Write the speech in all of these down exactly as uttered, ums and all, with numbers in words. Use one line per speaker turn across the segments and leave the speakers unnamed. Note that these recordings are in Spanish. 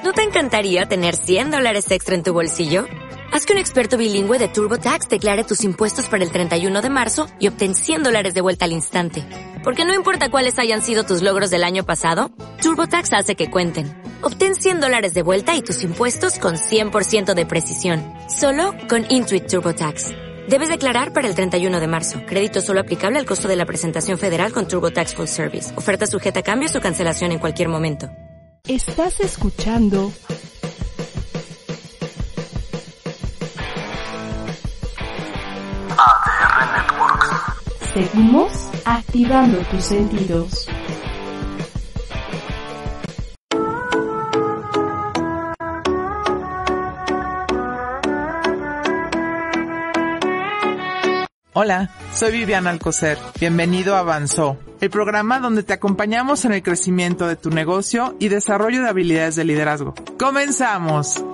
¿No te encantaría tener cien dólares extra en tu bolsillo? Haz que un experto bilingüe de TurboTax declare tus impuestos para el treinta y uno de marzo y obtén cien dólares de vuelta al instante. Porque no importa cuáles hayan sido tus logros del año pasado, TurboTax hace que cuenten. Obtén cien dólares de vuelta y tus impuestos con cien por ciento de precisión. Solo con Intuit TurboTax. Debes declarar para el treinta y uno de marzo. Crédito solo aplicable al costo de la presentación federal con TurboTax Full Service. Oferta sujeta a cambios o cancelación en cualquier momento.
Estás escuchando
A D R Networks.
Seguimos activando tus sentidos.
Hola, soy Viviana Alcocer. Bienvenido a Avanzó, el programa donde te acompañamos en el crecimiento de tu negocio y desarrollo de habilidades de liderazgo. ¡Comenzamos!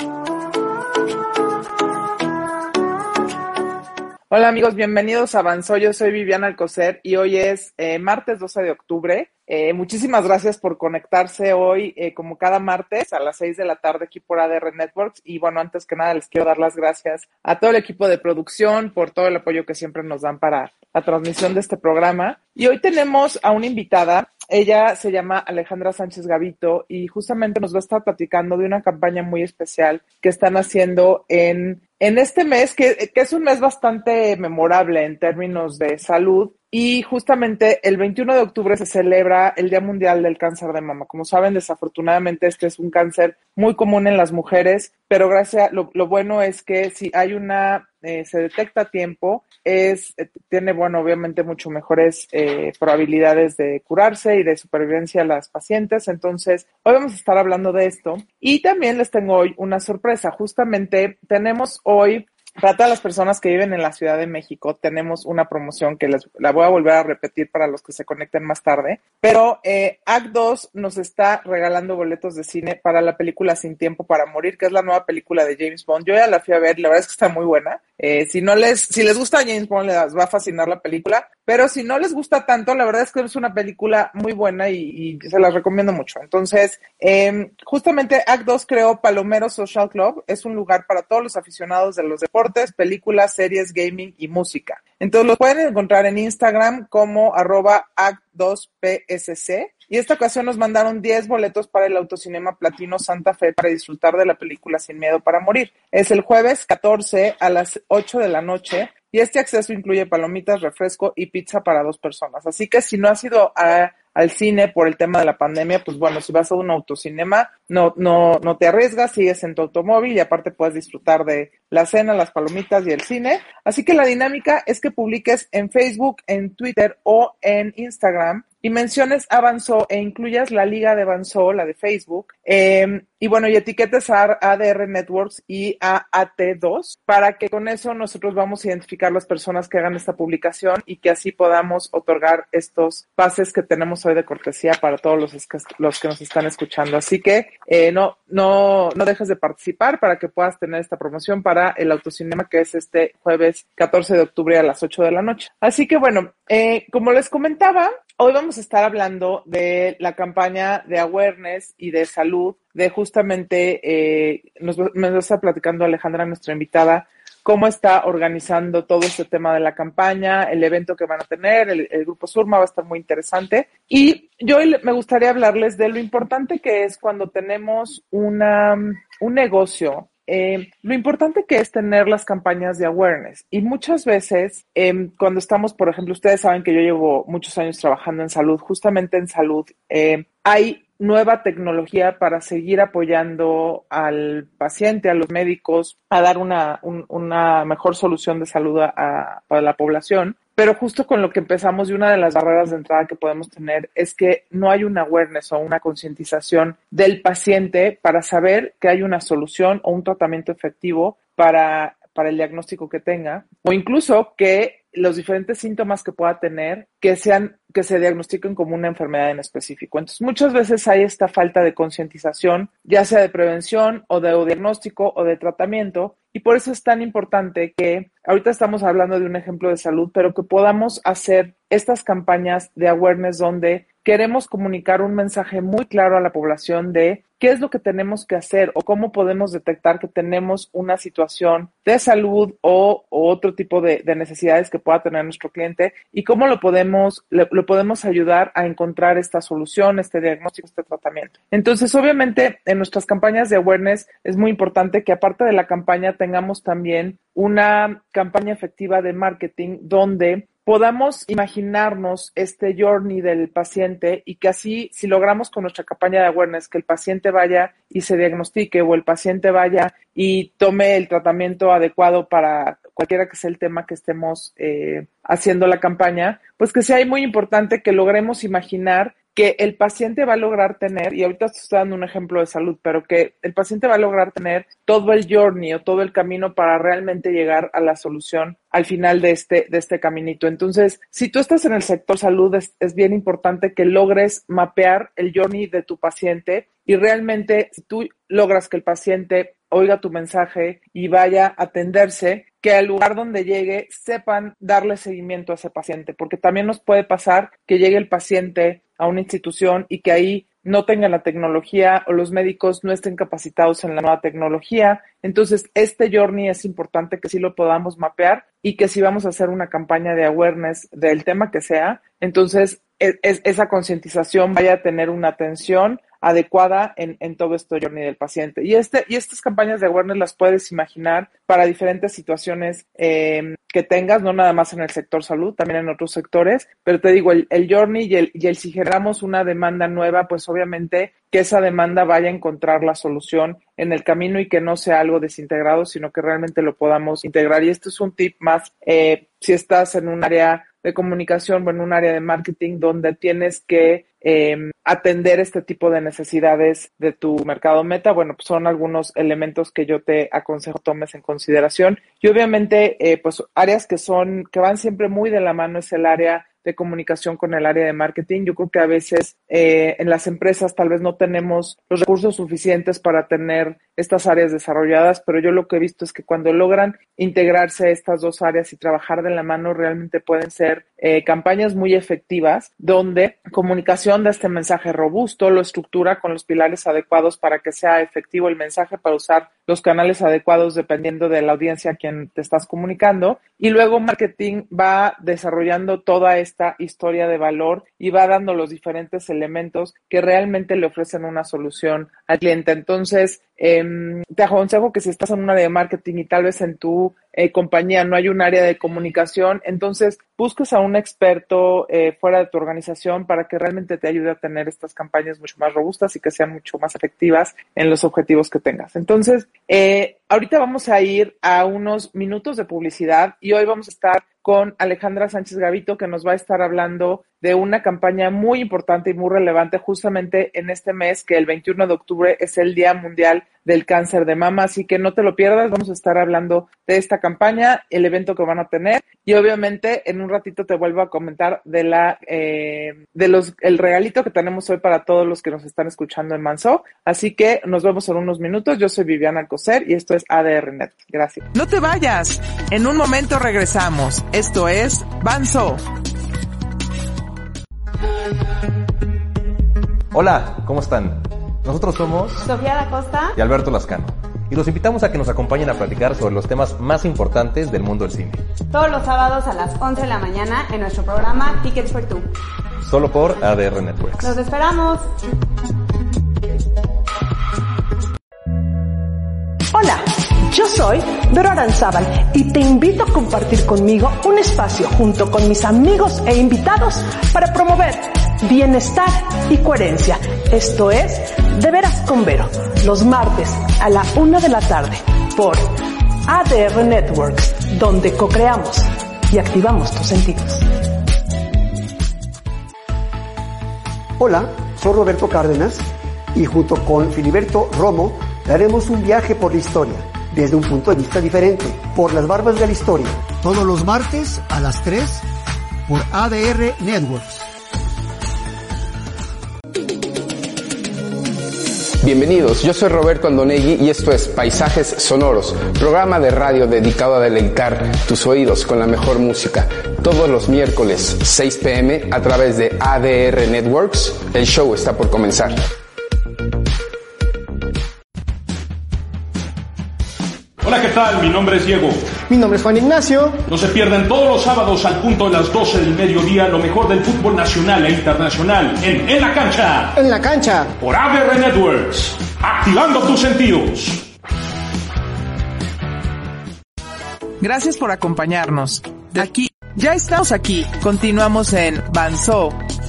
Hola amigos, bienvenidos a Avanzó. Yo soy Viviana Alcocer y hoy es eh, martes doce de octubre. Eh, muchísimas gracias por conectarse hoy, eh, como cada martes, a las seis de la tarde aquí por A D R Networks. Y bueno, antes que nada les quiero dar las gracias a todo el equipo de producción por todo el apoyo que siempre nos dan para la transmisión de este programa. Y hoy tenemos a una invitada. Ella se llama Alejandra Sánchez Gavito y justamente nos va a estar platicando de una campaña muy especial que están haciendo en, en este mes, que, que es un mes bastante memorable en términos de salud. Y justamente el veintiuno de octubre se celebra el Día Mundial del Cáncer de Mama. Como saben, desafortunadamente este es un cáncer muy común en las mujeres, pero gracias, lo, lo bueno es que si hay una, eh, se detecta a tiempo, es, eh, tiene, bueno, obviamente mucho mejores eh, probabilidades de curarse y de supervivencia a las pacientes. Entonces, hoy vamos a estar hablando de esto. Y también les tengo hoy una sorpresa. Justamente tenemos hoy, para todas las personas que viven en la Ciudad de México, tenemos una promoción que les la voy a volver a repetir para los que se conecten más tarde. Pero eh, A C dos nos está regalando boletos de cine para la película Sin Tiempo para Morir, que es la nueva película de James Bond. Yo ya la fui a ver, la verdad es que está muy buena. Eh, si no les, si les gusta James Bond, les va a fascinar la película. Pero si no les gusta tanto, la verdad es que es una película muy buena y, y se las recomiendo mucho. Entonces, eh, justamente A C dos creó Palomero Social Club. Es un lugar para todos los aficionados de los deportes, películas, series, gaming y música. Entonces, los pueden encontrar en Instagram como arroba A C dos P S C. Y esta ocasión nos mandaron diez boletos para el Autocinema Platino Santa Fe para disfrutar de la película Sin Miedo para Morir. Es el jueves catorce a las ocho de la noche. Y este acceso incluye palomitas, refresco y pizza para dos personas. Así que si no has ido a, al cine por el tema de la pandemia, pues bueno, si vas a un autocinema, no, no, no te arriesgas, sigues en tu automóvil y aparte puedes disfrutar de la cena, las palomitas y el cine. Así que la dinámica es que publiques en Facebook, en Twitter o en Instagram y menciones Avanzó e incluyas la liga de Avanzó, la de Facebook, eh, y bueno, y etiquetes a A D R Networks y a A T dos para que con eso nosotros vamos a identificar las personas que hagan esta publicación y que así podamos otorgar estos pases que tenemos hoy de cortesía para todos los que, los que nos están escuchando. Así que eh, no, no, no dejes de participar para que puedas tener esta promoción para el autocinema que es este jueves catorce de octubre a las ocho de la noche. Así que bueno, eh, como les comentaba, hoy vamos a estar hablando de la campaña de awareness y de salud, de justamente, eh, nos, nos va a estar platicando Alejandra, nuestra invitada, cómo está organizando todo este tema de la campaña, el evento que van a tener, el, el Grupo Surma va a estar muy interesante. Y yo hoy me gustaría hablarles de lo importante que es cuando tenemos una, un negocio. Eh, lo importante que es tener las campañas de awareness y muchas veces eh, cuando estamos, por ejemplo, ustedes saben que yo llevo muchos años trabajando en salud, justamente en salud, eh, hay nueva tecnología para seguir apoyando al paciente, a los médicos, a dar una, un, una mejor solución de salud a, a, para la población. Pero justo con lo que empezamos y una de las barreras de entrada que podemos tener es que no hay una awareness o una concientización del paciente para saber que hay una solución o un tratamiento efectivo para, para el diagnóstico que tenga, o incluso que los diferentes síntomas que pueda tener que sean, que se diagnostiquen como una enfermedad en específico. Entonces, muchas veces hay esta falta de concientización, ya sea de prevención o de o diagnóstico o de tratamiento, y por eso es tan importante que ahorita estamos hablando de un ejemplo de salud, pero que podamos hacer estas campañas de awareness donde queremos comunicar un mensaje muy claro a la población de qué es lo que tenemos que hacer o cómo podemos detectar que tenemos una situación de salud o, o otro tipo de, de necesidades que pueda tener nuestro cliente y cómo lo podemos, le, lo podemos ayudar a encontrar esta solución, este diagnóstico, este tratamiento. Entonces, obviamente, en nuestras campañas de awareness es muy importante que aparte de la campaña tengamos también una campaña efectiva de marketing donde podamos imaginarnos este journey del paciente y que así, si logramos con nuestra campaña de awareness que el paciente vaya y se diagnostique o el paciente vaya y tome el tratamiento adecuado para cualquiera que sea el tema que estemos eh, haciendo la campaña, pues que sea muy importante que logremos imaginar que el paciente va a lograr tener, y ahorita estoy dando un ejemplo de salud, pero que el paciente va a lograr tener todo el journey o todo el camino para realmente llegar a la solución al final de este, de este caminito. Entonces, si tú estás en el sector salud, es, es bien importante que logres mapear el journey de tu paciente y realmente, si tú logras que el paciente oiga tu mensaje y vaya a atenderse, que al lugar donde llegue sepan darle seguimiento a ese paciente, porque también nos puede pasar que llegue el paciente a una institución y que ahí no tengan la tecnología o los médicos no estén capacitados en la nueva tecnología. Entonces, este journey es importante que sí lo podamos mapear y que si vamos a hacer una campaña de awareness del tema que sea, entonces es, es, esa concientización vaya a tener una atención adecuada en, en todo este journey del paciente. Y este y estas campañas de awareness las puedes imaginar para diferentes situaciones eh, que tengas, no nada más en el sector salud, también en otros sectores, pero te digo, el, el journey y el, y el si generamos una demanda nueva, pues obviamente que esa demanda vaya a encontrar la solución en el camino y que no sea algo desintegrado, sino que realmente lo podamos integrar. Y este es un tip más eh, si estás en un área de comunicación o en un área de marketing donde tienes que eh, atender este tipo de necesidades de tu mercado meta. Bueno, pues son algunos elementos que yo te aconsejo tomes en consideración. Y obviamente, eh, pues áreas que son, que van siempre muy de la mano es el área de comunicación con el área de marketing. Yo creo que a veces eh, en las empresas tal vez no tenemos los recursos suficientes para tener estas áreas desarrolladas, pero yo lo que he visto es que cuando logran integrarse estas dos áreas y trabajar de la mano, realmente pueden ser eh, campañas muy efectivas, donde comunicación da este mensaje robusto, lo estructura con los pilares adecuados para que sea efectivo el mensaje, para usar los canales adecuados dependiendo de la audiencia a quien te estás comunicando, y luego marketing va desarrollando toda esta historia de valor y va dando los diferentes elementos que realmente le ofrecen una solución al cliente. Entonces, eh, te aconsejo que si estás en un área de marketing y tal vez en tu eh, compañía no hay un área de comunicación, entonces busques a un experto eh, fuera de tu organización para que realmente te ayude a tener estas campañas mucho más robustas y que sean mucho más efectivas en los objetivos que tengas. Entonces, eh, ahorita vamos a ir a unos minutos de publicidad y hoy vamos a estar con Alejandra Sánchez Gavito, que nos va a estar hablando de una campaña muy importante y muy relevante justamente en este mes, que el veintiuno de octubre es el Día Mundial del Cáncer de Mama, así que no te lo pierdas. Vamos a estar hablando de esta campaña, el evento que van a tener y obviamente en un ratito te vuelvo a comentar de la eh, de los el regalito que tenemos hoy para todos los que nos están escuchando en Manso. Así que nos vemos en unos minutos. Yo soy Viviana Alcocer y esto es A D R Net. Gracias.
No te vayas, en un momento regresamos. Esto es Manso.
Hola, ¿cómo están? Nosotros somos
Sofía da Costa
y Alberto Lascano y los invitamos a que nos acompañen a platicar sobre los temas más importantes del mundo del cine.
Todos los sábados a las once de la mañana en nuestro programa Tickets for Two.
Solo por A D R Networks.
¡Los esperamos!
Hola, yo soy Vero Aranzábal y te invito a compartir conmigo un espacio junto con mis amigos e invitados para promover bienestar y coherencia. Esto es De Veras con Vero, los martes a la una de la tarde por A D R Networks, donde co-creamos y activamos tus sentidos.
Hola, soy Roberto Cárdenas y junto con Filiberto Romo daremos un viaje por la historia, desde un punto de vista diferente, por las barbas de la historia.
Todos los martes a las tres por A D R Networks.
Bienvenidos, yo soy Roberto Andonegui y esto es Paisajes Sonoros, programa de radio dedicado a deleitar tus oídos con la mejor música. Todos los miércoles, seis p m a través de A D R Networks. El show está por comenzar.
Hola, ¿qué tal? Mi nombre es Diego.
Mi nombre es Juan Ignacio.
No se pierdan todos los sábados al punto de las doce del mediodía lo mejor del fútbol nacional e internacional en En la Cancha.
En la Cancha.
Por A D R Networks. Activando tus sentidos.
Gracias por acompañarnos. Aquí, ya estamos aquí. Continuamos en Banzó.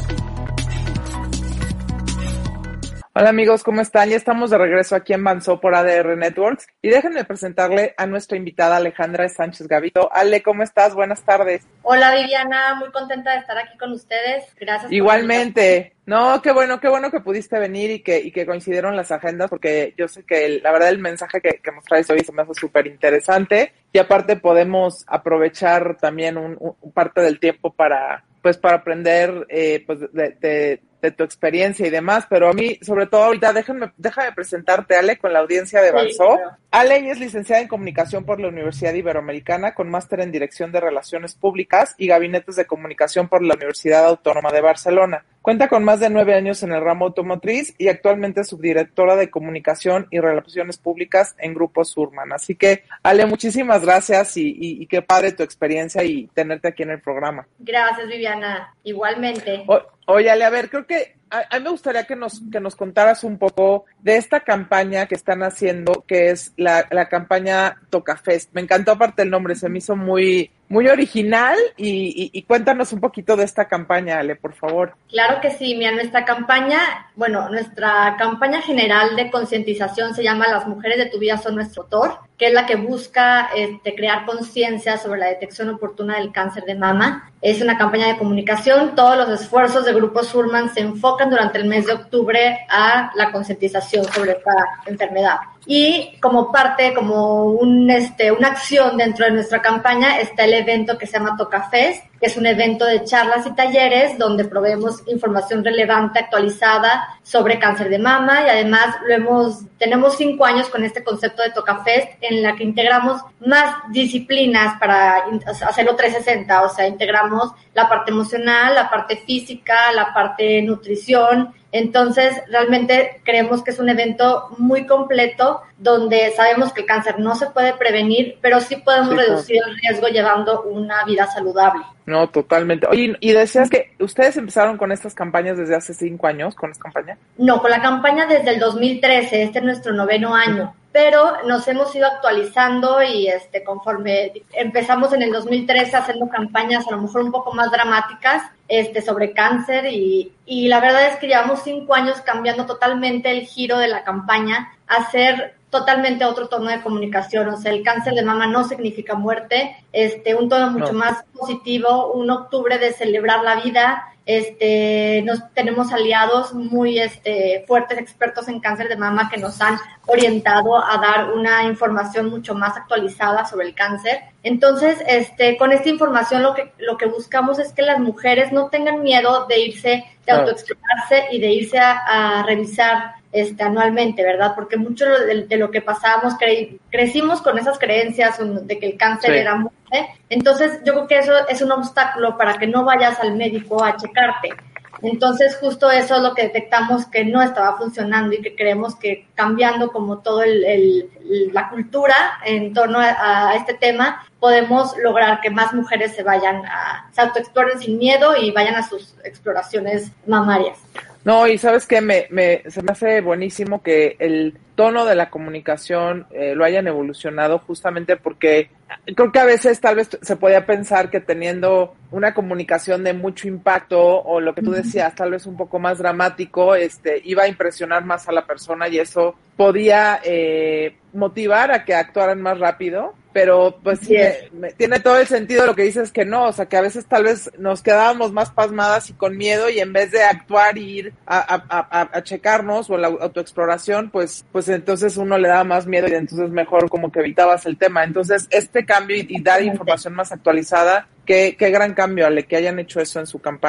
Hola amigos, ¿cómo están? Ya estamos de regreso aquí en Banzó por A D R Networks y déjenme presentarle a nuestra invitada Alejandra Sánchez Gavito. Ale, ¿cómo estás? Buenas tardes.
Hola Viviana, muy contenta de estar aquí con ustedes. Gracias.
Igualmente. No, qué bueno, qué bueno que pudiste venir y que y que coincidieron las agendas, porque yo sé que el, la verdad el mensaje que, que nos traes hoy se me hace súper interesante y aparte podemos aprovechar también un, un parte del tiempo para pues para aprender eh, pues de, de, de tu experiencia y demás, pero a mí, sobre todo ahorita, déjame, déjame presentarte, Ale, con la audiencia de Banzó. Sí, claro. Ale es licenciada en Comunicación por la Universidad Iberoamericana, con máster en Dirección de Relaciones Públicas y Gabinetes de Comunicación por la Universidad Autónoma de Barcelona. Cuenta con más de nueve años en el ramo automotriz y actualmente es subdirectora de Comunicación y Relaciones Públicas en Grupo Surman. Así que, Ale, muchísimas gracias y, y, y qué padre tu experiencia y tenerte aquí en el programa.
Gracias, Viviana. Igualmente.
O, oye, Ale, a ver, creo que a, a mí me gustaría que nos que nos contaras un poco de esta campaña que están haciendo, que es la, la campaña TocaFest. Me encantó aparte el nombre, se me hizo muy... muy original y, y, y cuéntanos un poquito de esta campaña, Ale, por favor.
Claro que sí, mira, nuestra campaña, bueno, nuestra campaña general de concientización se llama Las mujeres de tu vida son nuestro motor, que es la que busca este, crear conciencia sobre la detección oportuna del cáncer de mama. Es una campaña de comunicación, todos los esfuerzos de Grupo Surman se enfocan durante el mes de octubre a la concientización sobre esta enfermedad. Y como parte, como un, este, una acción dentro de nuestra campaña está el evento que se llama TocaFest, que es un evento de charlas y talleres donde proveemos información relevante, actualizada sobre cáncer de mama y además lo hemos, tenemos cinco años con este concepto de TocaFest en la que integramos más disciplinas para hacerlo trescientos sesenta, o sea, integramos la parte emocional, la parte física, la parte nutrición. Entonces, realmente creemos que es un evento muy completo donde sabemos que el cáncer no se puede prevenir, pero sí podemos sí, reducir claro. el riesgo llevando una vida saludable.
No, totalmente. Oye, y decías que ustedes empezaron con estas campañas desde hace cinco años, ¿con esta campaña?
No, con la campaña desde el dos mil trece, este es nuestro noveno año. Pero nos hemos ido actualizando y este conforme empezamos en el dos mil trece haciendo campañas a lo mejor un poco más dramáticas este sobre cáncer y, y la verdad es que llevamos cinco años cambiando totalmente el giro de la campaña a hacer totalmente otro tono de comunicación, o sea, el cáncer de mama no significa muerte, este un tono mucho no. más positivo, un octubre de celebrar la vida. Este, nos tenemos aliados muy este fuertes expertos en cáncer de mama que nos han orientado a dar una información mucho más actualizada sobre el cáncer. Entonces, este, con esta información lo que lo que buscamos es que las mujeres no tengan miedo de irse, de autoexplorarse y de irse a, a revisar este anualmente, ¿verdad? Porque mucho de, de lo que pasábamos, cre, crecimos con esas creencias de que el cáncer sí. era muerte. Entonces, yo creo que eso es un obstáculo para que no vayas al médico a checarte. Entonces, justo eso es lo que detectamos que no estaba funcionando y que creemos que cambiando como todo el, el la cultura en torno a, a este tema, podemos lograr que más mujeres se vayan a, se autoexploren sin miedo y vayan a sus exploraciones mamarias.
No, y sabes que me, me, se me hace buenísimo que el tono de la comunicación eh, lo hayan evolucionado justamente porque creo que a veces tal vez se podía pensar que teniendo una comunicación de mucho impacto o lo que tú decías, tal vez un poco más dramático, este, iba a impresionar más a la persona y eso podía eh, motivar a que actuaran más rápido. Pero pues sí, me, tiene todo el sentido lo que dices que no, o sea que a veces tal vez nos quedábamos más pasmadas y con miedo y en vez de actuar y ir a, a, a, a checarnos o la autoexploración, pues pues entonces uno le daba más miedo y entonces mejor como que evitabas el tema. Entonces este cambio y, y dar información más actualizada, qué, qué gran cambio, Ale, que hayan hecho eso en su campaña.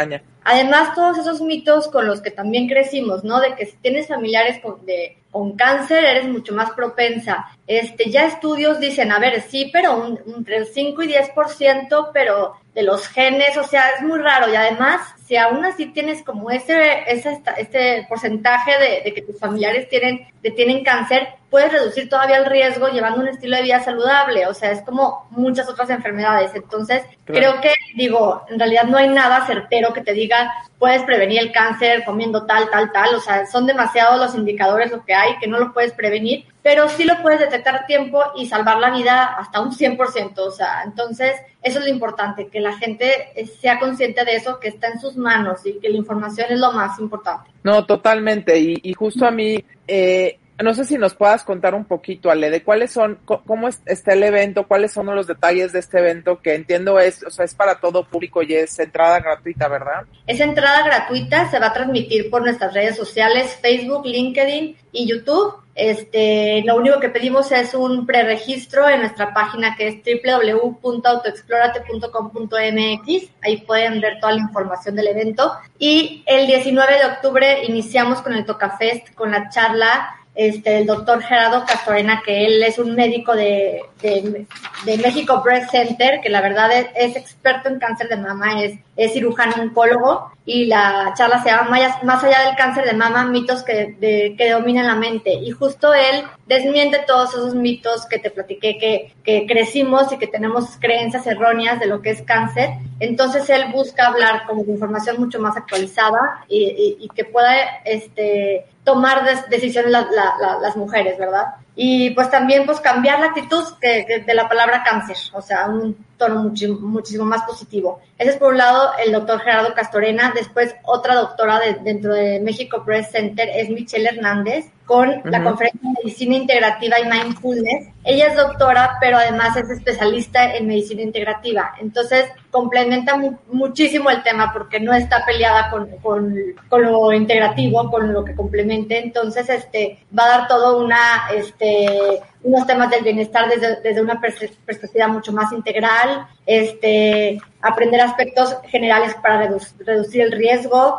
Además, todos esos mitos con los que también crecimos, ¿no? De que si tienes familiares con, de, con cáncer, eres mucho más propensa. Este, ya estudios dicen, a ver, sí, pero un, entre el cinco y diez por ciento, pero de los genes, o sea, es muy raro. Y además, si aún así tienes como ese, ese, este porcentaje de, de que tus familiares tienen, de, tienen cáncer, puedes reducir todavía el riesgo llevando un estilo de vida saludable. O sea, es como muchas otras enfermedades. Entonces, claro. Creo que, digo, en realidad no hay nada certero que te diga, puedes prevenir el cáncer comiendo tal, tal, tal. O sea, son demasiados los indicadores lo que hay, que no lo puedes prevenir, pero sí lo puedes detectar a tiempo y salvar la vida hasta un cien por ciento. O sea, entonces, eso es lo importante, que la gente sea consciente de eso, que está en sus manos y que la información es lo más importante.
No, totalmente. Y, y justo a mí, eh, no sé si nos puedas contar un poquito, Ale, de cuáles son, cómo está el evento, cuáles son los detalles de este evento, que entiendo es, o sea, es para todo público y es entrada gratuita, ¿verdad?
Es entrada gratuita, se va a transmitir por nuestras redes sociales, Facebook, LinkedIn y YouTube. Este, lo único que pedimos es un preregistro en nuestra página que es doble u doble u doble u punto autoexplórate punto com punto m x. Ahí pueden ver toda la información del evento. Y el diecinueve de octubre iniciamos con el Tocafest, con la charla este del doctor Gerardo Castorena, que él es un médico de, de, de México Breast Center, que la verdad es, es experto en cáncer de mama, es, es cirujano oncólogo, y la charla se llama Más, más allá del cáncer de mama, mitos que, de, que dominan la mente. Y justo él desmiente todos esos mitos que te platiqué, que, que crecimos y que tenemos creencias erróneas de lo que es cáncer. Entonces él busca hablar como de información mucho más actualizada y, y, y que pueda este tomar des, decisiones la, la, la, las mujeres, ¿verdad? Y pues también pues cambiar la actitud que, que de la palabra cáncer, o sea, un tono muchísimo, muchísimo más positivo. Ese es por un lado el doctor Gerardo Castorena. Después otra doctora de, dentro de México Breast Center es Michelle Hernández, con uh-huh. la conferencia de Medicina Integrativa y Mindfulness. Ella es doctora, pero además es especialista en medicina integrativa. Entonces, complementa mu- muchísimo el tema porque no está peleada con, con, con lo integrativo, con lo que complemente. Entonces, este, va a dar todo una, este, unos temas del bienestar desde, desde una pers- perspectiva mucho más integral, este, aprender aspectos generales para redu- reducir el riesgo,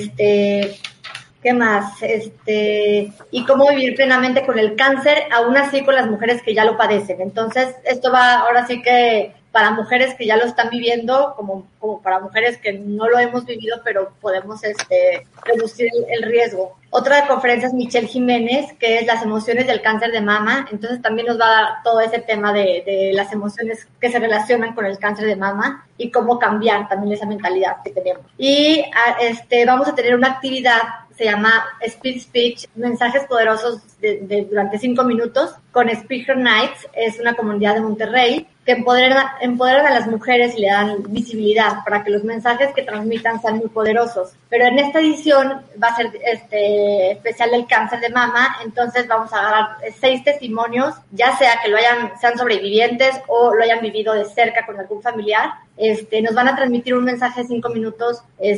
este, ¿qué más? Este, y cómo vivir plenamente con el cáncer, aún así con las mujeres que ya lo padecen. Entonces, esto va ahora sí que para mujeres que ya lo están viviendo, como, como para mujeres que no lo hemos vivido, pero podemos este, reducir el, el riesgo. Otra conferencia es Michelle Jiménez, que es las emociones del cáncer de mama. Entonces también nos va a dar todo ese tema de, de las emociones que se relacionan con el cáncer de mama y cómo cambiar también esa mentalidad que tenemos. Y a, este, vamos a tener una actividad, se llama Speed Speech, mensajes poderosos de, de, durante cinco minutos, con Speaker Nights. Es una comunidad de Monterrey que empoderan, empoderan a las mujeres y le dan visibilidad para que los mensajes que transmitan sean muy poderosos. Pero en esta edición va a ser este especial del cáncer de mama, entonces vamos a agarrar seis testimonios, ya sea que lo hayan, sean sobrevivientes o lo hayan vivido de cerca con algún familiar. Este, nos van a transmitir un mensaje de cinco minutos,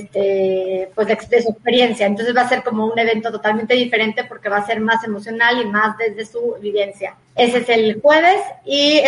este, pues de, de su experiencia. Entonces va a ser como un evento totalmente diferente porque va a ser más emocional y más desde su vivencia. Ese es el jueves y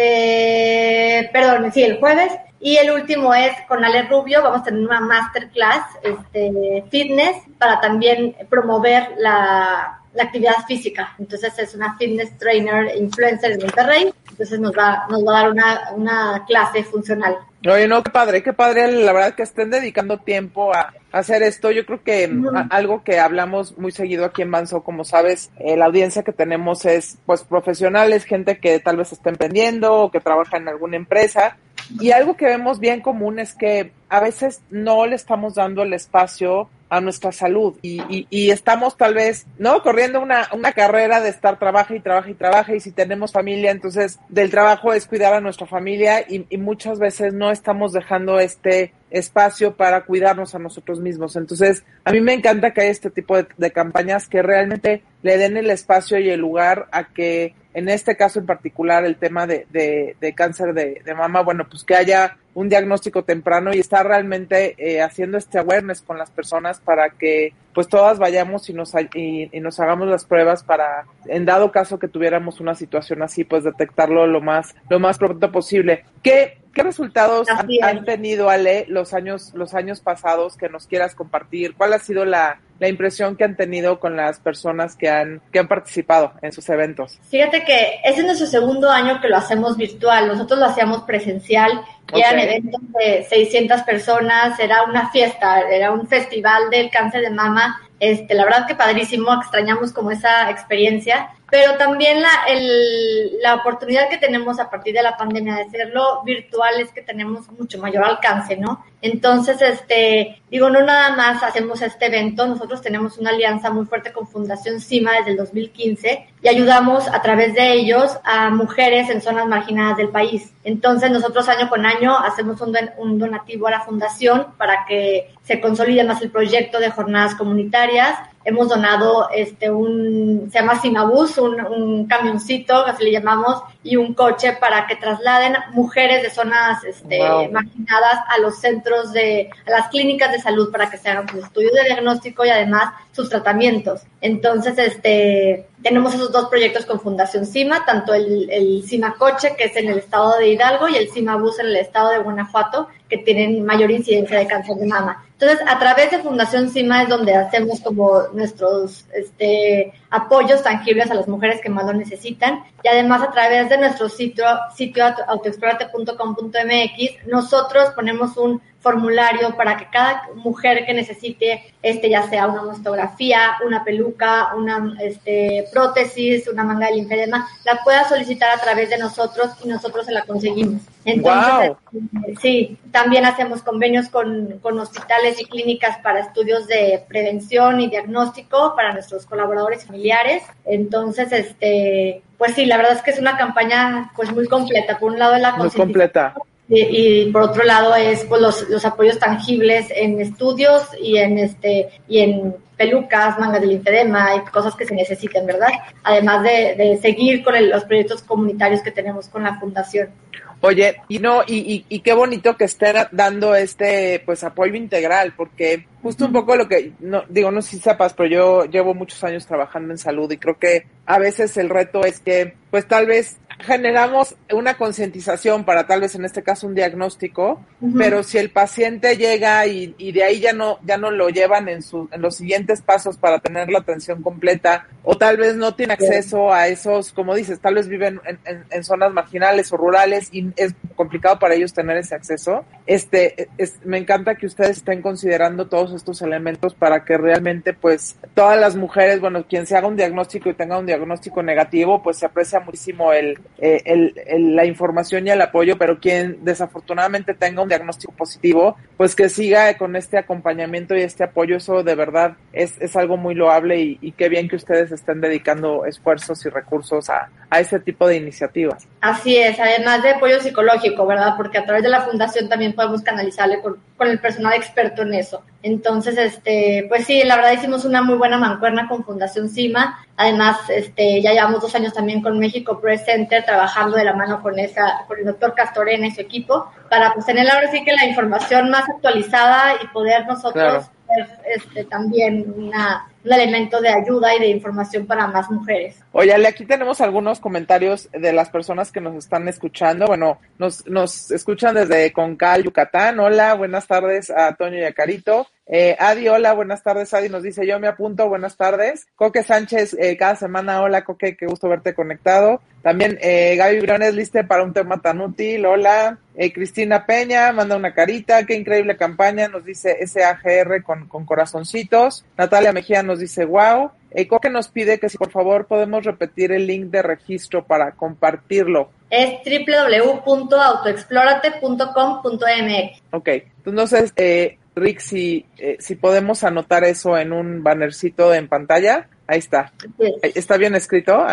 este, perdón, sí, el jueves. Y el último es con Ale Rubio, vamos a tener una masterclass, este, fitness, para también promover la, la actividad física. Entonces es una fitness trainer influencer de Monterrey, entonces nos va, nos va a dar una, una clase funcional.
Oye, no, qué padre, qué padre, la verdad que estén dedicando tiempo a hacer esto. Yo creo que uh-huh. a, algo que hablamos muy seguido aquí en Banso, como sabes, eh, la audiencia que tenemos es pues profesionales, gente que tal vez está emprendiendo o que trabaja en alguna empresa. Y algo que vemos bien común es que a veces no le estamos dando el espacio a nuestra salud y, y, y estamos tal vez, ¿no? Corriendo una, una carrera de estar trabaja y trabaja y trabaja, y si tenemos familia, entonces del trabajo es cuidar a nuestra familia y, y muchas veces no estamos dejando este espacio para cuidarnos a nosotros mismos. Entonces, a mí me encanta que haya este tipo de, de campañas que realmente le den el espacio y el lugar a que en este caso en particular el tema de, de, de cáncer de, de mama, bueno, pues que haya un diagnóstico temprano y estar realmente eh, haciendo este awareness con las personas para que pues todas vayamos y nos y, y nos hagamos las pruebas para, en dado caso que tuviéramos una situación así, pues detectarlo lo más lo más pronto posible. ¿Qué ¿Qué resultados han, han tenido, Ale, los años los años pasados que nos quieras compartir? ¿Cuál ha sido la, la impresión que han tenido con las personas que han que han participado en sus eventos?
Fíjate que ese es nuestro segundo año que lo hacemos virtual. Nosotros lo hacíamos presencial y okay. Eran eventos de seiscientas personas, era una fiesta, era un festival del cáncer de mama. Este, la verdad que padrísimo, extrañamos como esa experiencia, pero también la, el, la oportunidad que tenemos a partir de la pandemia de hacerlo virtual es que tenemos mucho mayor alcance, ¿no? Entonces, este, digo, no nada más hacemos este evento, nosotros tenemos una alianza muy fuerte con Fundación CIMA desde el dos mil quince y ayudamos a través de ellos a mujeres en zonas marginadas del país. Entonces, nosotros año con año hacemos un, don, un donativo a la fundación para que se consolide más el proyecto de jornadas comunitarias. Hemos donado este un, se llama Cimabús, un, un camioncito, así le llamamos, y un coche para que trasladen mujeres de zonas este, wow. marginadas a los centros de, a las clínicas de salud para que se hagan sus estudios de diagnóstico y además sus tratamientos. Entonces, este, tenemos esos dos proyectos con Fundación CIMA, tanto el, el CIMA Coche, que es en el estado de Hidalgo, y el Cimabús en el estado de Guanajuato, que tienen mayor incidencia de cáncer de mama. Entonces, a través de Fundación CIMA es donde hacemos como nuestros este, apoyos tangibles a las mujeres que más lo necesitan, y además a través de nuestro sitio, sitio autoexplórate punto com punto m x, nosotros ponemos un formulario para que cada mujer que necesite, este ya sea una mastografía, una peluca, una este, prótesis, una manga de linfedema, la pueda solicitar a través de nosotros y nosotros se la conseguimos. Entonces, wow. eh, sí, también hacemos convenios con, con hospitales y clínicas para estudios de prevención y diagnóstico para nuestros colaboradores familiares. Entonces, este, pues sí, la verdad es que es una campaña pues muy completa. Por un lado es la
muy completa.
Y, y por otro lado es pues los, los apoyos tangibles en estudios y en este y en pelucas, mangas de linfedema y cosas que se necesiten, ¿verdad? Además de, de seguir con el, los proyectos comunitarios que tenemos con la fundación.
Oye, y no, y, y, y qué bonito que estén dando este, pues, apoyo integral, porque justo un poco lo que, no, digo, no sé si sepas, pero yo llevo muchos años trabajando en salud y creo que a veces el reto es que, pues, tal vez generamos una concientización para tal vez en este caso un diagnóstico, uh-huh. pero si el paciente llega y, y de ahí ya no, ya no lo llevan en su, en los siguientes pasos para tener la atención completa, o tal vez no tiene acceso a esos, como dices, tal vez viven en, en, en zonas marginales o rurales y es complicado para ellos tener ese acceso. Este, es, me encanta que ustedes estén considerando todos estos elementos para que realmente, pues, todas las mujeres, bueno, quien se haga un diagnóstico y tenga un diagnóstico negativo, pues se aprecia muchísimo el, eh, el, el la información y el apoyo, pero quien desafortunadamente tenga un diagnóstico positivo, pues que siga con este acompañamiento y este apoyo. Eso de verdad es, es algo muy loable y, y qué bien que ustedes estén dedicando esfuerzos y recursos a, a ese tipo de iniciativas.
Así es, además de apoyo psicológico, ¿verdad? Porque a través de la fundación también podemos canalizarle con, con el personal experto en eso. Entonces, este, pues sí, la verdad hicimos una muy buena mancuerna con Fundación CIMA. Además, este, ya llevamos dos años también con México Press Center trabajando de la mano con esa, con el doctor Castorena y su equipo para pues tener ahora sí que la información más actualizada y poder nosotros claro. ser este, también una un elemento de ayuda y de información para más mujeres.
Oye, Ale, aquí tenemos algunos comentarios de las personas que nos están escuchando. Bueno, nos, nos escuchan desde Concal, Yucatán. Hola, buenas tardes a Toño y a Carito. Eh, Adi, hola, buenas tardes. Adi nos dice, yo me apunto, buenas tardes. Coque Sánchez, eh, cada semana, hola, Coque, qué gusto verte conectado. También eh, Gaby Briones, lista para un tema tan útil, hola. Eh, Cristina Peña, manda una carita, qué increíble campaña, nos dice S A G R con, con corazoncitos. Natalia Mejía nos dice, wow. Eh, Coque nos pide que si por favor podemos repetir el link de registro para compartirlo.
Es doble u doble u doble u punto autoexplórate punto com punto m x.
Ok, entonces, eh, Rick, si, eh, si podemos anotar eso en un bannercito en pantalla, ahí está. Sí. ¿Está bien escrito, Ale?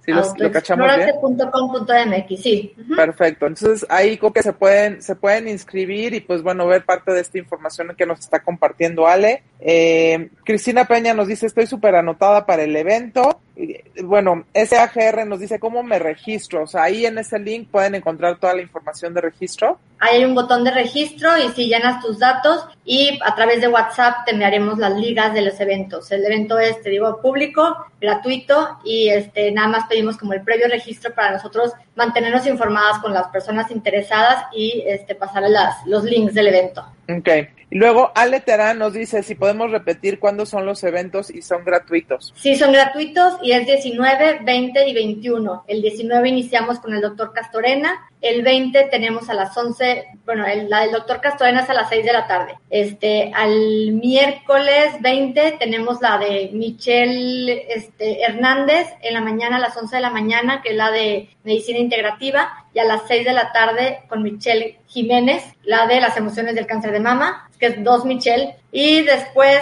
¿Sí lo, lo cachamos bien?
autoexplórate punto com punto m x, sí. Uh-huh.
Perfecto. Entonces, ahí como que se pueden, se pueden inscribir y pues bueno, ver parte de esta información que nos está compartiendo Ale. Eh, Cristina Peña nos dice, estoy súper anotada para el evento. Y, bueno, S A G R nos dice, ¿cómo me registro? O sea, ahí en ese link pueden encontrar toda la información de registro.
Ahí hay un botón de registro y si llenas tus datos y a través de WhatsApp te enviaremos las ligas de los eventos. El evento es, te digo, público, gratuito y este nada más pedimos como el previo registro para nosotros mantenernos informadas con las personas interesadas y este pasarles las, los links del evento.
Okay. Y luego Ale Terán nos dice si podemos repetir cuándo son los eventos y son gratuitos.
Sí, son gratuitos y es diecinueve, veinte y veintiuno. El diecinueve iniciamos con el doctor Castorena, el veinte tenemos a las once, bueno, el, la del doctor Castorena es a las seis de la tarde. Este, al miércoles veinte tenemos la de Michelle este, Hernández en la mañana a las once de la mañana, que es la de medicina integrativa, y a las seis de la tarde con Michelle Jiménez, la de las emociones del cáncer de mama, que es dos Michelle, y después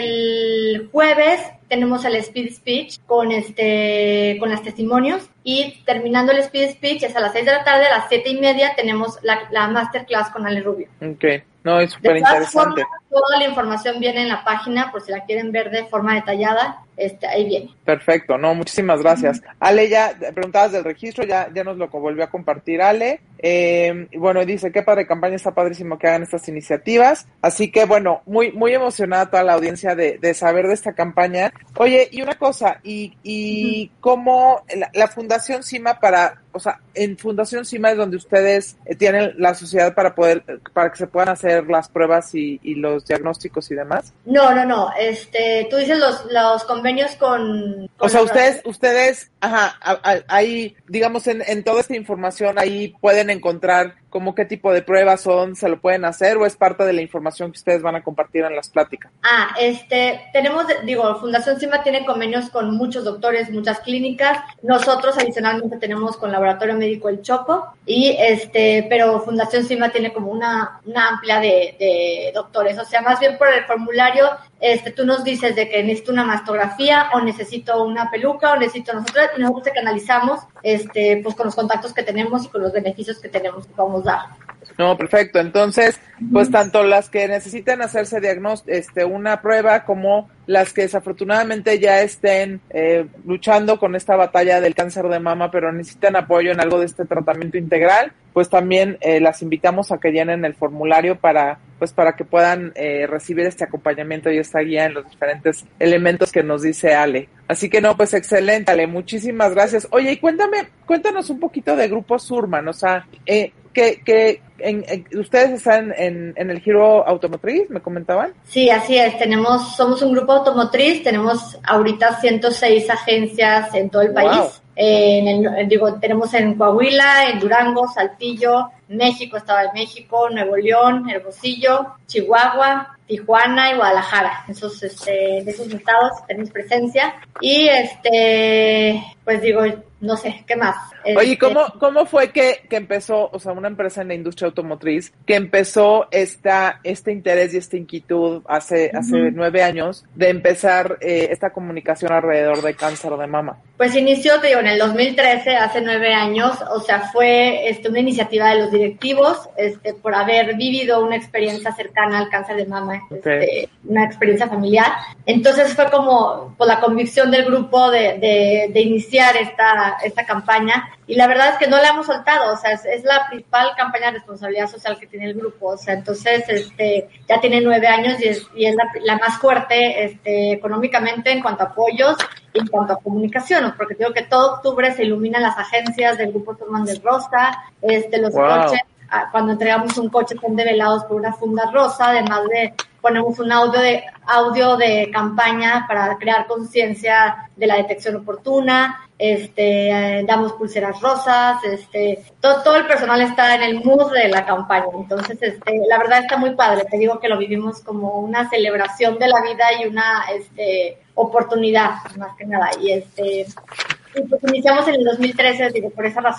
el jueves tenemos el Speed Speech con este con los testimonios y terminando el Speed Speech es a las seis de la tarde, a las siete y media tenemos la, la Masterclass con Ale Rubio.
Okay. No, es súper interesante.
Toda la información viene en la página, por si la quieren ver de forma detallada, este, ahí viene.
Perfecto, no, muchísimas gracias. Uh-huh. Ale, ya preguntabas del registro, ya, ya nos lo volvió a compartir Ale. Eh, bueno, dice, qué padre campaña, está padrísimo que hagan estas iniciativas. Así que, bueno, muy muy emocionada toda la audiencia de, de saber de esta campaña. Oye, y una cosa, y, y uh-huh. cómo la, la Fundación CIMA para... O sea, en Fundación CIMA es donde ustedes eh, tienen la sociedad para poder, para que se puedan hacer las pruebas y, y los diagnósticos y demás.
No, no, no. Este, tú dices los, los convenios con. con
o sea, ustedes, ustedes, ajá, ahí, digamos, en, en toda esta información ahí pueden encontrar como qué tipo de pruebas son, se lo pueden hacer o es parte de la información que ustedes van a compartir en las pláticas.
Ah, este, tenemos, digo, Fundación CIMA tiene convenios con muchos doctores, muchas clínicas. Nosotros adicionalmente tenemos con Laboratorio Médico El Chopo y este, pero Fundación CIMA tiene como una, una amplia de, de doctores. O sea, más bien por el formulario, este, tú nos dices de que necesito una mastografía o necesito una peluca o necesito nosotros, y nosotros te canalizamos, este, pues con los contactos que tenemos y con los beneficios que tenemos que vamos a dar.
No, perfecto. Entonces, pues tanto las que necesiten hacerse diagnóstico, este, una prueba como las que desafortunadamente ya estén eh, luchando con esta batalla del cáncer de mama, pero necesitan apoyo en algo de este tratamiento integral, pues también eh, las invitamos a que llenen el formulario para, pues para que puedan eh, recibir este acompañamiento y esta guía en los diferentes elementos que nos dice Ale. Así que no, pues excelente, Ale, muchísimas gracias. Oye, y cuéntame, cuéntanos un poquito de Grupo Surman, o sea, eh, que, que en, en, ustedes están en, en el giro automotriz, ¿me comentaban?
Sí, así es, tenemos, somos un grupo automotriz, tenemos ahorita ciento seis agencias en todo el país. Wow. Eh, en el, digo, tenemos en Coahuila, en Durango, Saltillo, México, Estado de México, Nuevo León, Hermosillo, Chihuahua, Tijuana y Guadalajara. Esos, este, de esos estados tenemos presencia. Y este, pues digo, no sé, ¿qué más?
Oye,
este,
¿cómo, cómo fue que, que empezó, o sea, una empresa en la industria automotriz, que empezó esta, este interés y esta inquietud hace, uh-huh. hace nueve años de empezar eh, esta comunicación alrededor de cáncer de mama?
Pues inició, te digo, en el dos mil trece, hace nueve años, o sea, fue este, una iniciativa de los directivos, este, por haber vivido una experiencia cercana al cáncer de mama, okay. este, una experiencia familiar. Entonces fue como por la convicción del grupo de, de, de iniciar esta, esta campaña, y la verdad es que no la hemos soltado, o sea, es, es la principal campaña de responsabilidad social que tiene el grupo, o sea, entonces, este, ya tiene nueve años y es, y es la, la más fuerte, este, económicamente en cuanto a apoyos y en cuanto a comunicación, porque digo que todo octubre se iluminan las agencias del grupo Surman de Rosa, este, los wow. coches, cuando entregamos un coche son develados por una funda rosa, además de ponemos un audio de audio de campaña para crear conciencia de la detección oportuna, este, eh, damos pulseras rosas, este, todo, todo el personal está en el mood de la campaña, entonces, este, la verdad está muy padre, te digo que lo vivimos como una celebración de la vida y una, este, oportunidad, más que nada, y este, y pues iniciamos en el dos mil trece, digo, por esa razón,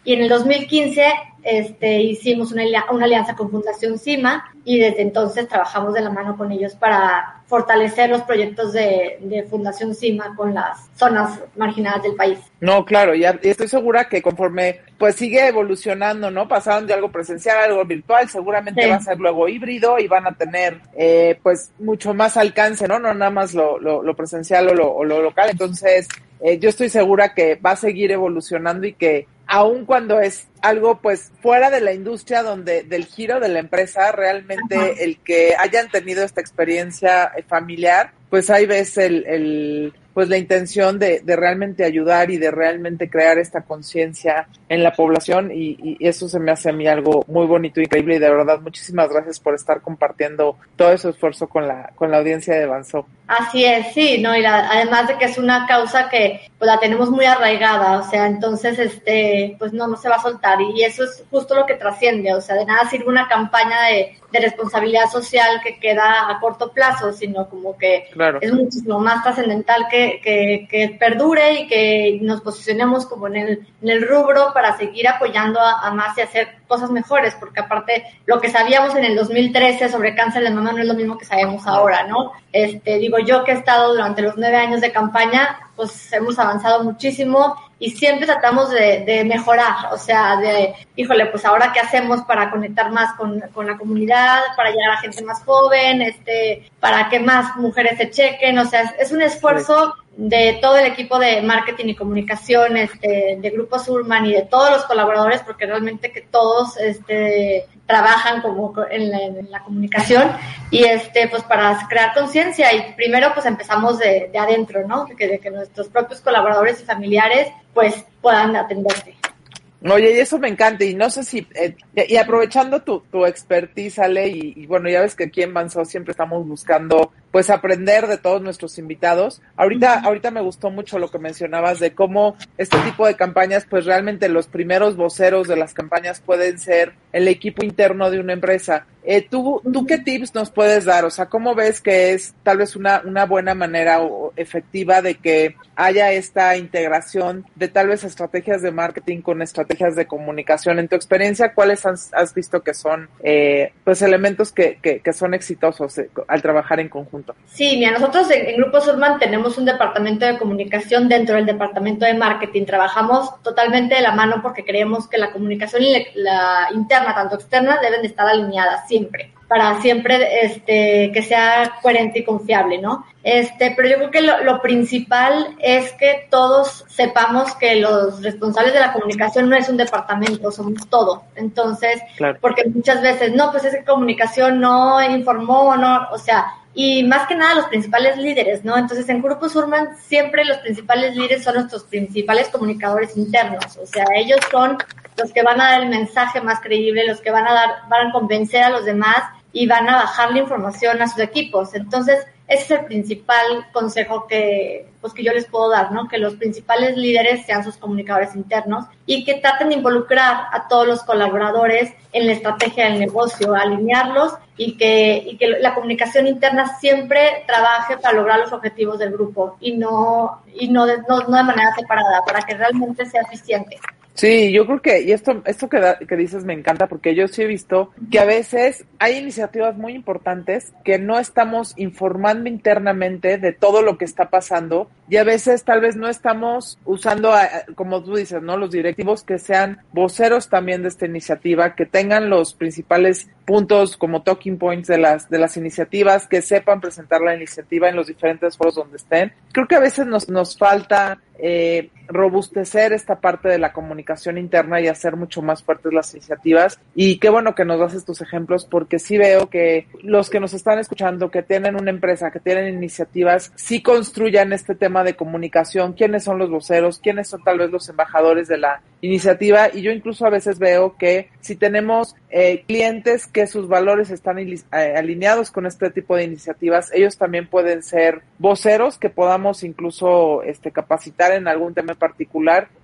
Y en el dos mil quince este, hicimos una, una alianza con Fundación CIMA y desde entonces trabajamos de la mano con ellos para fortalecer los proyectos de, de Fundación CIMA con las zonas marginadas del país.
No, claro, ya estoy segura que conforme pues sigue evolucionando, ¿no? Pasaron de algo presencial a algo virtual, seguramente sí. Va a ser luego híbrido y van a tener eh, pues mucho más alcance, ¿no? No nada más lo, lo, lo presencial o lo, o lo local. Entonces, eh, yo estoy segura que va a seguir evolucionando y que aun cuando es algo pues fuera de la industria donde del giro de la empresa, realmente Ajá. el que hayan tenido esta experiencia familiar, pues ahí ves el, el pues la intención de, de realmente ayudar y de realmente crear esta conciencia en la población y, y eso se me hace a mí algo muy bonito, increíble y de verdad muchísimas gracias por estar compartiendo todo ese esfuerzo con la con la audiencia de Banso.
Así es, sí, no y la, además de que es una causa que pues la tenemos muy arraigada, o sea, entonces este pues no no se va a soltar y, y eso es justo lo que trasciende, o sea, de nada sirve una campaña de, de responsabilidad social que queda a corto plazo, sino como que claro. es muchísimo más trascendental que, que que perdure y que nos posicionemos como en el en el rubro para seguir apoyando a, a más y hacer cosas mejores, porque aparte lo que sabíamos en el dos mil trece sobre cáncer de mama no es lo mismo que sabemos ahora, ¿no? Este, digo yo que he estado durante los nueve años de campaña, pues hemos avanzado muchísimo y siempre tratamos de, de mejorar, o sea, de, híjole, pues ahora qué hacemos para conectar más con, con la comunidad, para llegar a gente más joven, este, para que más mujeres se chequen, o sea, es, es un esfuerzo de todo el equipo de marketing y comunicación, este, de Grupo Surman y de todos los colaboradores, porque realmente que todos, este, trabajan como en la, en la comunicación y este, pues para crear conciencia y primero pues empezamos de, de adentro, ¿no? De que, de que nuestros propios colaboradores y familiares pues puedan atenderse.
Oye, y eso me encanta, y no sé si, eh, y aprovechando tu, tu expertise, Ale, y, y bueno, ya ves que aquí en Banso siempre estamos buscando, pues, aprender de todos nuestros invitados. Ahorita, uh-huh. ahorita me gustó mucho lo que mencionabas de cómo este tipo de campañas, pues, realmente los primeros voceros de las campañas pueden ser el equipo interno de una empresa. Eh, ¿tú, ¿Tú qué tips nos puedes dar? O sea, ¿cómo ves que es tal vez una, una buena manera o efectiva de que haya esta integración de tal vez estrategias de marketing con estrategias de comunicación? En tu experiencia, ¿cuáles has, has visto que son eh, pues elementos que, que, que son exitosos eh, al trabajar en conjunto?
Sí, mira, nosotros en, en Grupo Surman tenemos un departamento de comunicación dentro del departamento de marketing. Trabajamos totalmente de la mano porque creemos que la comunicación y la, la interna, tanto externa, deben de estar alineadas siempre, para siempre este que sea coherente y confiable, ¿no? Este, pero yo creo que lo, lo principal es que todos sepamos que los responsables de la comunicación no es un departamento, somos todo. Entonces, claro. Porque muchas veces, no, pues es que comunicación no informó, no, o sea, y más que nada los principales líderes, ¿no? Entonces, en Grupo Surman siempre los principales líderes son nuestros principales comunicadores internos, o sea, ellos son los que van a dar el mensaje más creíble, los que van a dar, van a convencer a los demás y van a bajar la información a sus equipos. Entonces, ese es el principal consejo que, pues, que yo les puedo dar, ¿no? Que los principales líderes sean sus comunicadores internos y que traten de involucrar a todos los colaboradores en la estrategia del negocio, alinearlos y que, y que la comunicación interna siempre trabaje para lograr los objetivos del grupo y no, y no de, no, no de manera separada, para que realmente sea eficiente.
Sí, yo creo que, y esto esto que, da, que dices me encanta, porque yo sí he visto que a veces hay iniciativas muy importantes que no estamos informando internamente de todo lo que está pasando y a veces tal vez no estamos usando, a, como tú dices, ¿no? Los directivos que sean voceros también de esta iniciativa, que tengan los principales puntos como talking points de las de las iniciativas, que sepan presentar la iniciativa en los diferentes foros donde estén. Creo que a veces nos nos falta eh, robustecer esta parte de la comunicación interna y hacer mucho más fuertes las iniciativas. Y qué bueno que nos das estos ejemplos, porque sí veo que los que nos están escuchando, que tienen una empresa, que tienen iniciativas, sí construyan este tema de comunicación, quiénes son los voceros, quiénes son tal vez los embajadores de la iniciativa. Y yo incluso a veces veo que si tenemos eh, clientes que sus valores están eh, alineados con este tipo de iniciativas, ellos también pueden ser voceros que podamos incluso este capacitar en algún tema en particular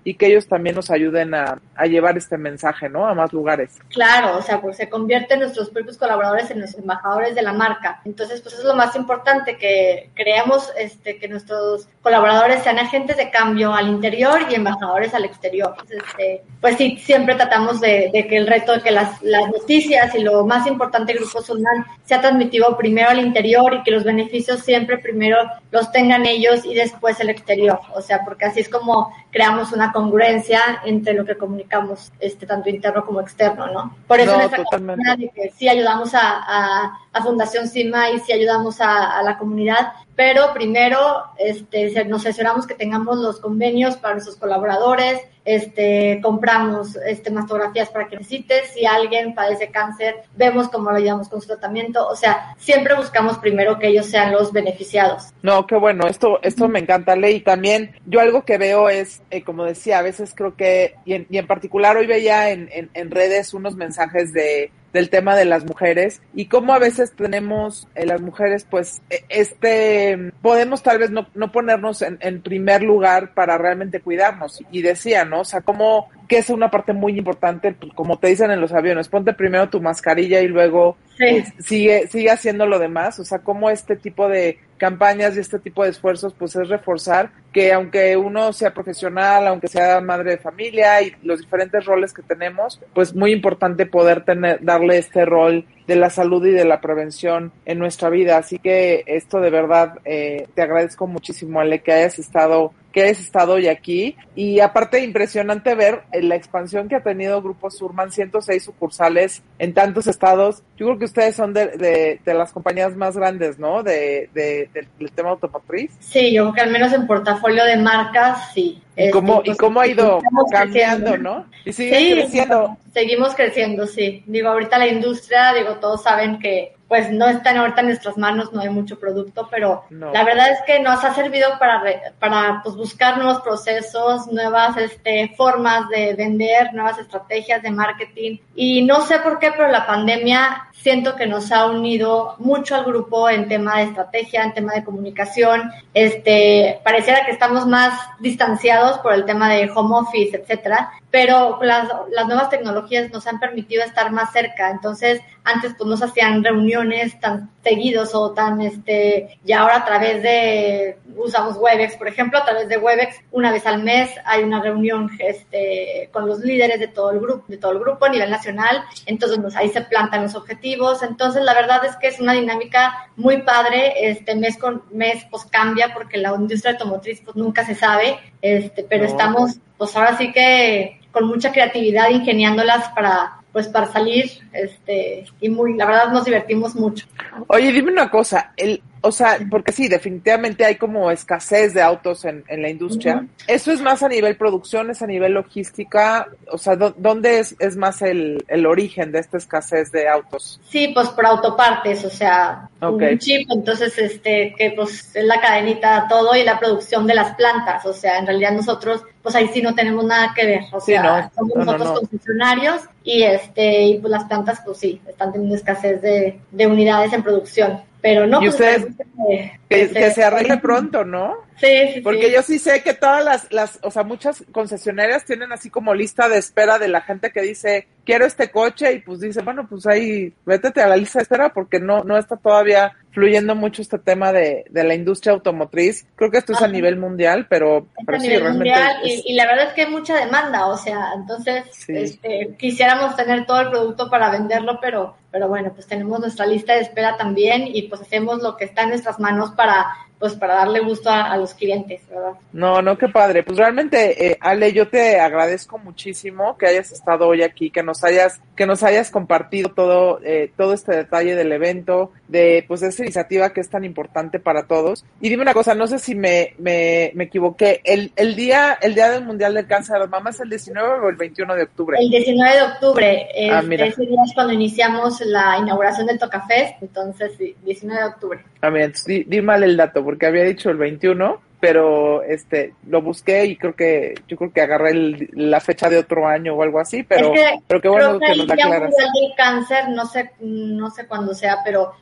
y que ellos también nos ayuden a, a llevar este mensaje, ¿no? A más lugares.
Claro, o sea, pues se convierten nuestros propios colaboradores en los embajadores de la marca. Entonces, pues eso es lo más importante, que creamos este, que nuestros colaboradores sean agentes de cambio al interior y embajadores al exterior. Entonces, este, pues sí, siempre tratamos de, de que el reto de que las, las noticias y lo más importante del Grupo Surman sea transmitido primero al interior y que los beneficios siempre primero los tengan ellos y después el exterior. O sea, porque así es como creamos una congruencia entre lo que comunicamos, este, tanto interno como externo, ¿no? Por eso
No,
en esta campaña de que sí ayudamos a, a, a Fundación CIMA y sí ayudamos a, a la comunidad, pero primero este, nos aseguramos que tengamos los convenios para nuestros colaboradores, este, compramos este, mastografías para que necesites, si alguien padece cáncer, vemos cómo lo ayudamos con su tratamiento, o sea, siempre buscamos primero que ellos sean los beneficiados.
No, qué bueno, esto esto me encanta, Ley, y también yo algo que veo es, eh, como decía, a veces creo que, y en, y en particular hoy veía en, en, en redes unos mensajes de del tema de las mujeres y cómo a veces tenemos eh, las mujeres pues este podemos tal vez no, no ponernos en, en primer lugar para realmente cuidarnos, y decía, ¿no? O sea, como que es una parte muy importante, pues, como te dicen en los aviones, ponte primero tu mascarilla y luego sí. eh, sigue sigue haciendo lo demás. O sea, como este tipo de campañas y este tipo de esfuerzos pues es reforzar que aunque uno sea profesional, aunque sea madre de familia y los diferentes roles que tenemos, pues muy importante poder tener darle este rol de la salud y de la prevención en nuestra vida. Así que esto de verdad eh, te agradezco muchísimo, Ale, que hayas estado que hayas estado hoy aquí, y aparte impresionante ver la expansión que ha tenido Grupo Surman, ciento seis sucursales en tantos estados. Yo creo que ustedes son de, de, de las compañías más grandes, ¿no? De, de, de, del tema automotriz.
Sí, yo creo que al menos en portafolio de marcas, sí.
¿Y cómo,
este,
y cómo ha ido cambiando,
creciendo,
no? Y sigue
sí,
creciendo.
Seguimos creciendo, sí. Digo, ahorita la industria, digo, todos saben que pues no están ahorita en nuestras manos, no hay mucho producto, pero no. La verdad es que nos ha servido para, para pues, buscar nuevos procesos, nuevas este, formas de vender, nuevas estrategias de marketing. Y no sé por qué, pero la pandemia siento que nos ha unido mucho al grupo en tema de estrategia, en tema de comunicación. Este, pareciera que estamos más distanciados por el tema de home office, etcétera, pero las, las nuevas tecnologías nos han permitido estar más cerca. Entonces, antes pues no se hacían reuniones tan seguidos o tan, este, y ahora a través de, usamos Webex, por ejemplo, a través de Webex, una vez al mes hay una reunión, este, con los líderes de todo el grupo, de todo el grupo a nivel nacional. Entonces, pues, ahí se plantan los objetivos. Entonces, la verdad es que es una dinámica muy padre, este, mes con mes, pues cambia porque la industria automotriz, pues nunca se sabe, este, pero no. Estamos, pues ahora sí que con mucha creatividad ingeniándolas para, pues para salir, este, y muy, la verdad nos divertimos mucho.
Oye, dime una cosa, el, o sea, porque sí, definitivamente hay como escasez de autos en, en la industria. Uh-huh. ¿Eso es más a nivel producción, es a nivel logística? O sea, ¿dónde es, es más el, el origen de esta escasez de autos?
Sí, pues por autopartes, o sea, okay. Un chip, entonces, este, que pues es la cadenita todo y la producción de las plantas, o sea, en realidad nosotros, pues ahí sí no tenemos nada que ver, o
sí,
sea,
no,
somos
no,
nosotros
no, no.
concesionarios y este, y pues las plantas, pues sí, están teniendo escasez de, de unidades en producción. Pero no,
y
pues,
ustedes
que,
que, que, que se arregle pronto, ¿no?
Sí, sí,
porque
sí.
Yo sí sé que todas las, las, o sea, muchas concesionarias tienen así como lista de espera de la gente que dice, quiero este coche, y pues dice, bueno, pues ahí, vétete a la lista de espera porque no, no está todavía fluyendo mucho este tema de, de la industria automotriz. Creo que esto es a nivel mundial, pero,
es
pero
a
sí,
nivel
realmente.
Mundial,
es...
y, y la verdad es que hay mucha demanda, o sea, entonces,
sí.
este, quisiéramos tener todo el producto para venderlo, pero, pero bueno, pues tenemos nuestra lista de espera también y pues hacemos lo que está en nuestras manos para, pues para darle gusto a, a los clientes, ¿verdad?
No, no, qué padre. Pues realmente, eh, Ale, yo te agradezco muchísimo que hayas estado hoy aquí, que nos hayas, que nos hayas compartido todo, eh, todo este detalle del evento, de, pues, de esta iniciativa que es tan importante para todos. Y dime una cosa, no sé si me, me, me equivoqué, el, el día, el día del Mundial del Cáncer de las Mamas, ¿el diecinueve o el veintiuno de octubre?
El diecinueve de octubre, este,
ah, mira.
Ese día es cuando iniciamos la inauguración del Tocafest, entonces sí, diecinueve de octubre.
Ah, mira, entonces, di, di mal el dato, porque había dicho el veintiuno, pero este lo busqué y creo que yo creo que agarré el, la fecha de otro año o algo así, pero,
es que
pero qué bueno
creo que,
que nos la aclaras.
El Día Mundial del Cáncer, no sé, no sé cuándo sea, pero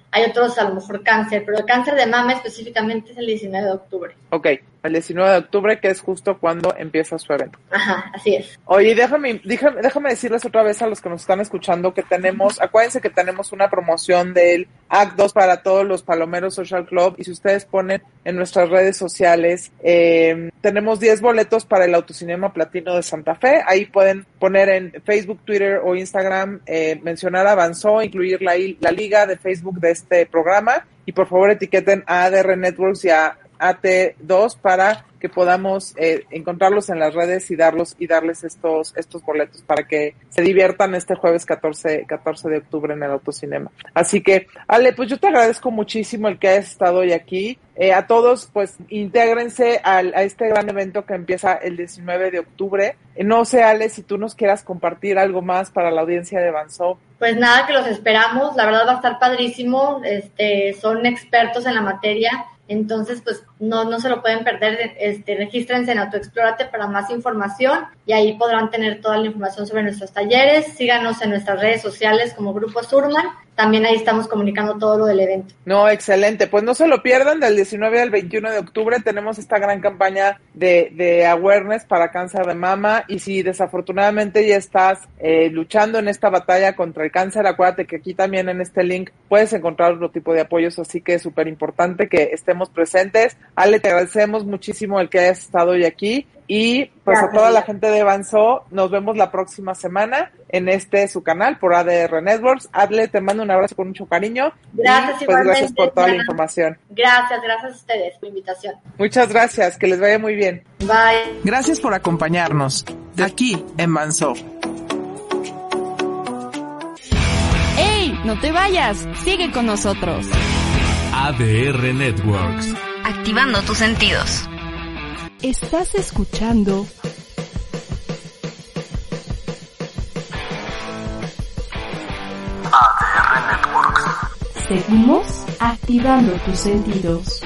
hay otros a lo mejor cáncer, pero el cáncer de mama específicamente es el diecinueve de octubre.
Ok, el diecinueve de octubre, que es justo cuando empieza su evento.
Ajá, así es.
Oye, déjame, déjame, déjame decirles otra vez a los que nos están escuchando que tenemos, acuérdense que tenemos una promoción del A C dos para todos los Palomeros Social Club, y si ustedes ponen en nuestras redes sociales, eh, tenemos diez boletos para el Autocinema Platino de Santa Fe. Ahí pueden poner en Facebook, Twitter o Instagram, eh, mencionar Avanzó, incluir la, la liga de Facebook de este programa, y por favor etiqueten a A D R Networks y a A T dos para que podamos eh, encontrarlos en las redes y darlos y darles estos estos boletos para que se diviertan este jueves catorce de octubre en el Autocinema. Así que, Ale, pues yo te agradezco muchísimo el que hayas estado hoy aquí. Eh, a todos, pues, intégrense al, a este gran evento que empieza el diecinueve de octubre. Eh, no sé, Ale, si tú nos quieras compartir algo más para la audiencia de Avanzó.
Pues nada, que los esperamos. La verdad va a estar padrísimo. Este, son expertos en la materia. Entonces, pues, no, no se lo pueden perder. Este, regístrense en Autoexplórate para más información y ahí podrán tener toda la información sobre nuestros talleres. Síganos en nuestras redes sociales como Grupo Surman. También ahí estamos comunicando todo lo del evento.
No, excelente. Pues no se lo pierdan, del diecinueve al veintiuno de octubre tenemos esta gran campaña de, de awareness para cáncer de mama, y si desafortunadamente ya estás eh, luchando en esta batalla contra el cáncer, acuérdate que aquí también en este link puedes encontrar otro tipo de apoyos, así que es súper importante que estemos presentes. Ale, te agradecemos muchísimo el que hayas estado hoy aquí. Y pues Gracias. A toda la gente de Avanzó, nos vemos la próxima semana en este su canal por A D R Networks. Adle, te mando un abrazo con mucho cariño.
Gracias,
y, pues, gracias por toda la información.
Gracias, gracias a ustedes por la invitación.
Muchas gracias, que les vaya muy bien.
Bye.
Gracias por acompañarnos aquí en Avanzó.
¡Ey! ¡No te vayas! Sigue con nosotros.
A D R Networks.
Activando tus sentidos.
Estás escuchando
A D R Networks.
Seguimos activando tus sentidos.